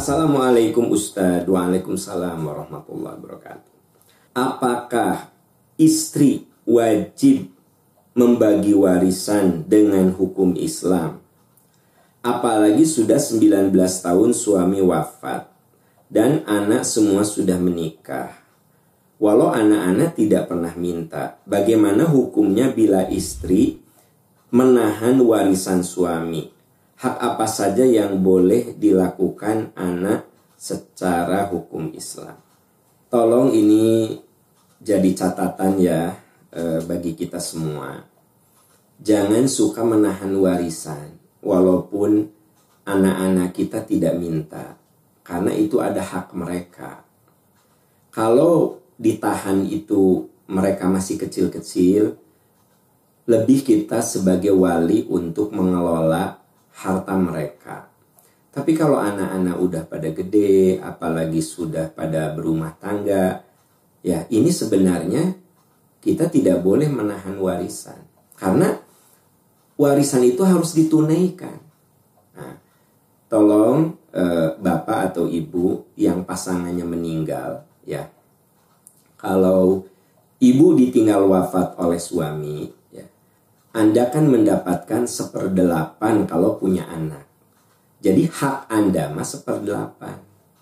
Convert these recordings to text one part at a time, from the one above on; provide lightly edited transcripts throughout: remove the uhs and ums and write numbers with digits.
Assalamualaikum Ustadz. Waalaikumsalam warahmatullahi wabarakatuh. Apakah istri wajib membagi warisan dengan hukum Islam? Apalagi sudah 19 tahun suami wafat dan anak semua sudah menikah. Walau anak-anak tidak pernah minta, bagaimana hukumnya bila istri menahan warisan suami? Hak apa saja yang boleh dilakukan anak secara hukum Islam? Tolong ini jadi catatan ya bagi kita semua. Jangan suka menahan warisan walaupun anak-anak kita tidak minta, karena itu ada hak mereka. Kalau ditahan itu mereka masih kecil-kecil, lebih kita sebagai wali untuk mengelola harta mereka. Tapi kalau anak-anak udah pada gede, apalagi sudah pada berumah tangga, ya ini sebenarnya kita tidak boleh menahan warisan. Karena warisan itu harus ditunaikan. Nah, tolong bapak atau ibu yang pasangannya meninggal, ya. Kalau ibu ditinggal wafat oleh suami, Anda kan mendapatkan 1/8 kalau punya anak. Jadi hak Anda mas 1/8.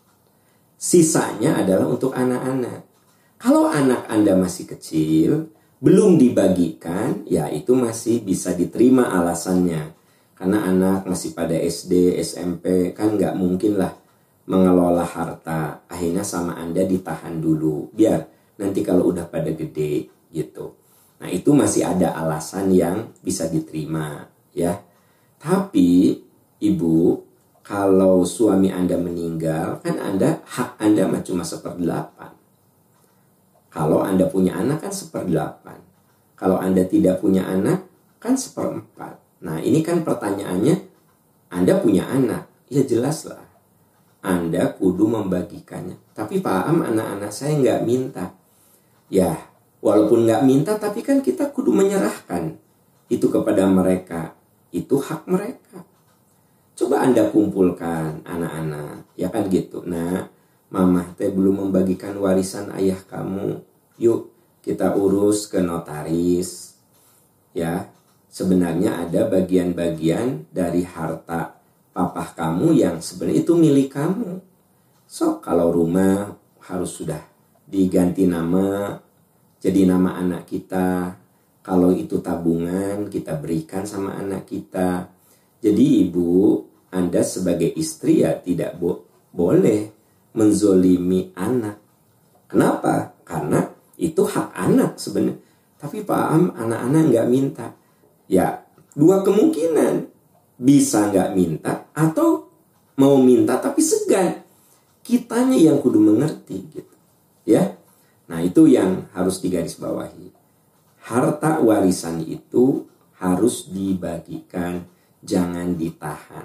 Sisanya adalah untuk anak-anak. Kalau anak Anda masih kecil, belum dibagikan, ya itu masih bisa diterima alasannya. Karena anak masih pada SD, SMP, kan nggak mungkin lah mengelola harta. Akhirnya sama Anda ditahan dulu, biar nanti kalau udah pada gede gitu. Nah itu masih ada alasan yang bisa diterima ya. Tapi ibu, kalau suami Anda meninggal, kan hak Anda cuma 1/8. Kalau Anda punya anak kan 1/8. Kalau Anda tidak punya anak kan 1/4. Nah ini kan pertanyaannya, Anda punya anak, ya jelas lah Anda kudu membagikannya. Tapi Pak Am, anak-anak saya nggak minta. Ya walaupun nggak minta, tapi kan kita kudu menyerahkan itu kepada mereka. Itu hak mereka. Coba Anda kumpulkan anak-anak, ya kan gitu. Nah, mama teh belum membagikan warisan ayah kamu. Yuk kita urus ke notaris. Ya, sebenarnya ada bagian-bagian dari harta papa kamu yang sebenarnya itu milik kamu. So, kalau rumah harus sudah diganti nama, jadi nama anak kita. Kalau itu tabungan, kita berikan sama anak kita. Jadi ibu, Anda sebagai istri ya tidak boleh menzolimi anak. Kenapa? Karena itu hak anak sebenarnya. Tapi Pak Am, anak-anak nggak minta. Ya, dua kemungkinan. Bisa nggak minta atau mau minta tapi segan. Kitanya yang kudu mengerti gitu. Ya. Nah itu yang harus digarisbawahi. Harta warisan itu harus dibagikan, jangan ditahan.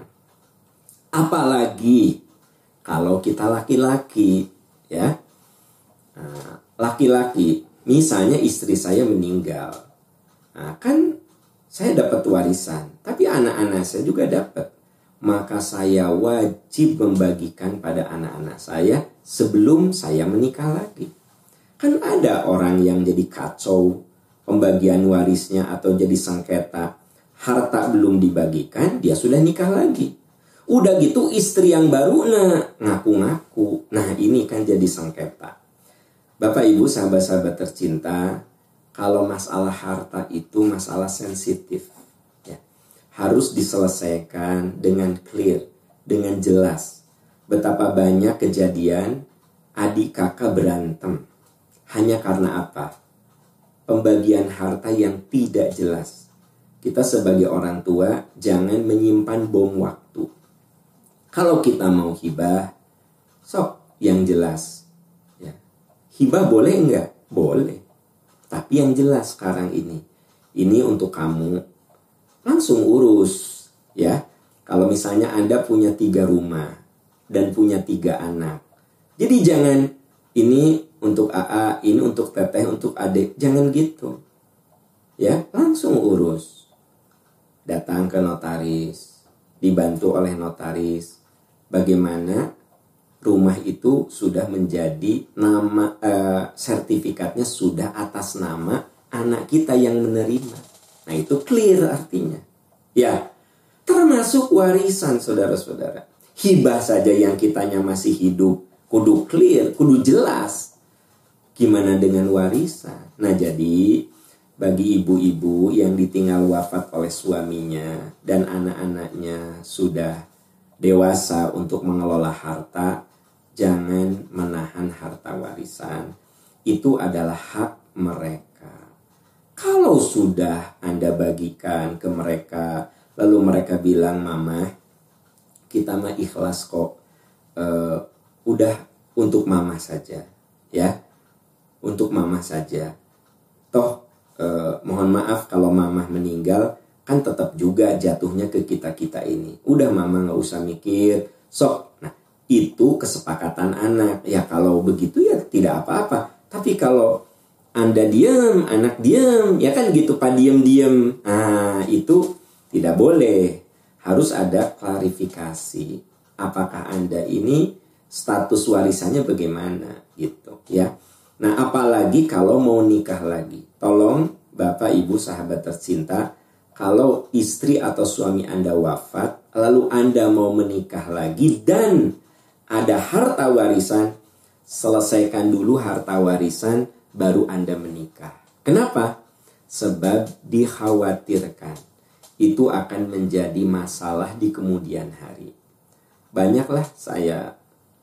Apalagi kalau kita laki-laki, ya. Nah, laki-laki, misalnya istri saya meninggal. Nah, kan saya dapat warisan, tapi anak-anak saya juga dapat. Maka saya wajib membagikan pada anak-anak saya sebelum saya menikah lagi. Kan ada orang yang jadi kacau pembagian warisnya atau jadi sengketa. Harta belum dibagikan, dia sudah nikah lagi. Udah gitu istri yang baru ngaku-ngaku. Nah ini kan jadi sengketa. Bapak ibu sahabat-sahabat tercinta, kalau masalah harta itu masalah sensitif. Ya. Harus diselesaikan dengan clear, dengan jelas. Betapa banyak kejadian adik kakak berantem. Hanya karena apa? Pembagian harta yang tidak jelas. Kita sebagai orang tua jangan menyimpan bom waktu. Kalau kita mau hibah, sok yang jelas. Ya. Hibah boleh enggak? Boleh. Tapi yang jelas sekarang ini. Ini untuk kamu. Langsung urus. Ya. Kalau misalnya Anda punya 3 rumah dan punya 3 anak. Jadi jangan ini untuk AA, ini untuk teteh, untuk adik. Jangan gitu. Ya, langsung urus. Datang ke notaris, dibantu oleh notaris. Bagaimana rumah itu sudah menjadi nama, sertifikatnya sudah atas nama anak kita yang menerima. Nah itu clear artinya. Ya, termasuk warisan saudara-saudara. Hibah saja yang kitanya masih hidup, kudu clear, kudu jelas. Gimana dengan warisan? Nah jadi bagi ibu-ibu yang ditinggal wafat oleh suaminya dan anak-anaknya sudah dewasa untuk mengelola harta, jangan menahan harta warisan. Itu adalah hak mereka. Kalau sudah Anda bagikan ke mereka, lalu mereka bilang, Mama, kita mah ikhlas kok. Udah untuk Mama saja. Ya, untuk Mama saja. Toh, mohon maaf kalau Mama meninggal, kan tetap juga jatuhnya ke kita-kita ini. Udah Mama gak usah mikir. Sok, nah itu kesepakatan anak. Ya kalau begitu ya tidak apa-apa. Tapi kalau Anda diam, anak diam, ya kan gitu Pak, diam-diam. Nah itu tidak boleh. Harus ada klarifikasi. Apakah Anda ini status warisannya bagaimana gitu ya. Nah apalagi kalau mau nikah lagi. Tolong Bapak Ibu sahabat tercinta, kalau istri atau suami Anda wafat, lalu Anda mau menikah lagi dan ada harta warisan, selesaikan dulu harta warisan, baru Anda menikah. Kenapa? Sebab dikhawatirkan itu akan menjadi masalah di kemudian hari. Banyaklah saya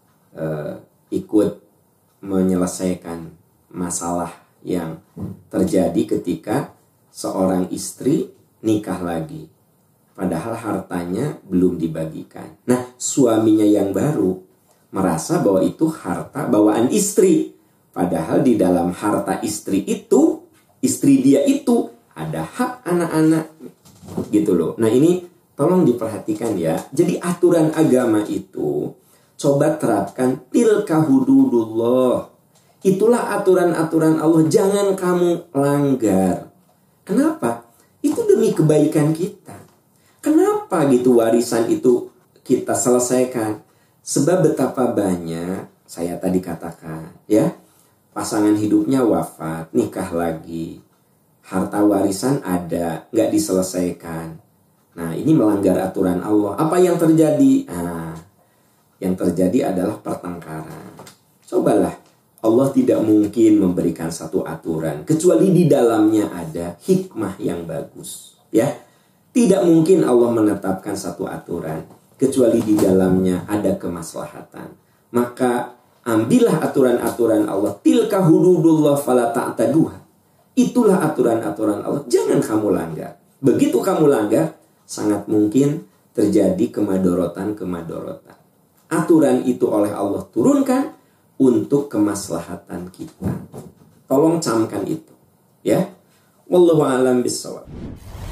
ikut menyelesaikan masalah yang terjadi ketika seorang istri nikah lagi. Padahal hartanya belum dibagikan. Nah, suaminya yang baru merasa bahwa itu harta bawaan istri. Padahal di dalam harta istri itu, istri dia itu ada hak anak-anak. Gitu loh. Nah ini tolong diperhatikan ya. Jadi aturan agama itu coba terapkan, tilka hududullah. Itulah aturan-aturan Allah, jangan kamu langgar. Kenapa? Itu demi kebaikan kita. Kenapa gitu warisan itu kita selesaikan? Sebab betapa banyak, saya tadi katakan ya, pasangan hidupnya wafat, nikah lagi, harta warisan ada, nggak diselesaikan. Nah ini melanggar aturan Allah. Apa yang terjadi? Nah, yang terjadi adalah pertengkaran. Cobalah, Allah tidak mungkin memberikan satu aturan kecuali di dalamnya ada hikmah yang bagus. Ya, tidak mungkin Allah menetapkan satu aturan kecuali di dalamnya ada kemaslahatan. Maka ambillah aturan-aturan Allah. Tilka hududullah fala ta'taduha. Itulah aturan-aturan Allah, jangan kamu langgar. Begitu kamu langgar, sangat mungkin terjadi kemadorotan-kemadorotan. Aturan itu oleh Allah turunkan untuk kemaslahatan kita. Tolong camkan itu, ya. Wallahu a'lam bishawab.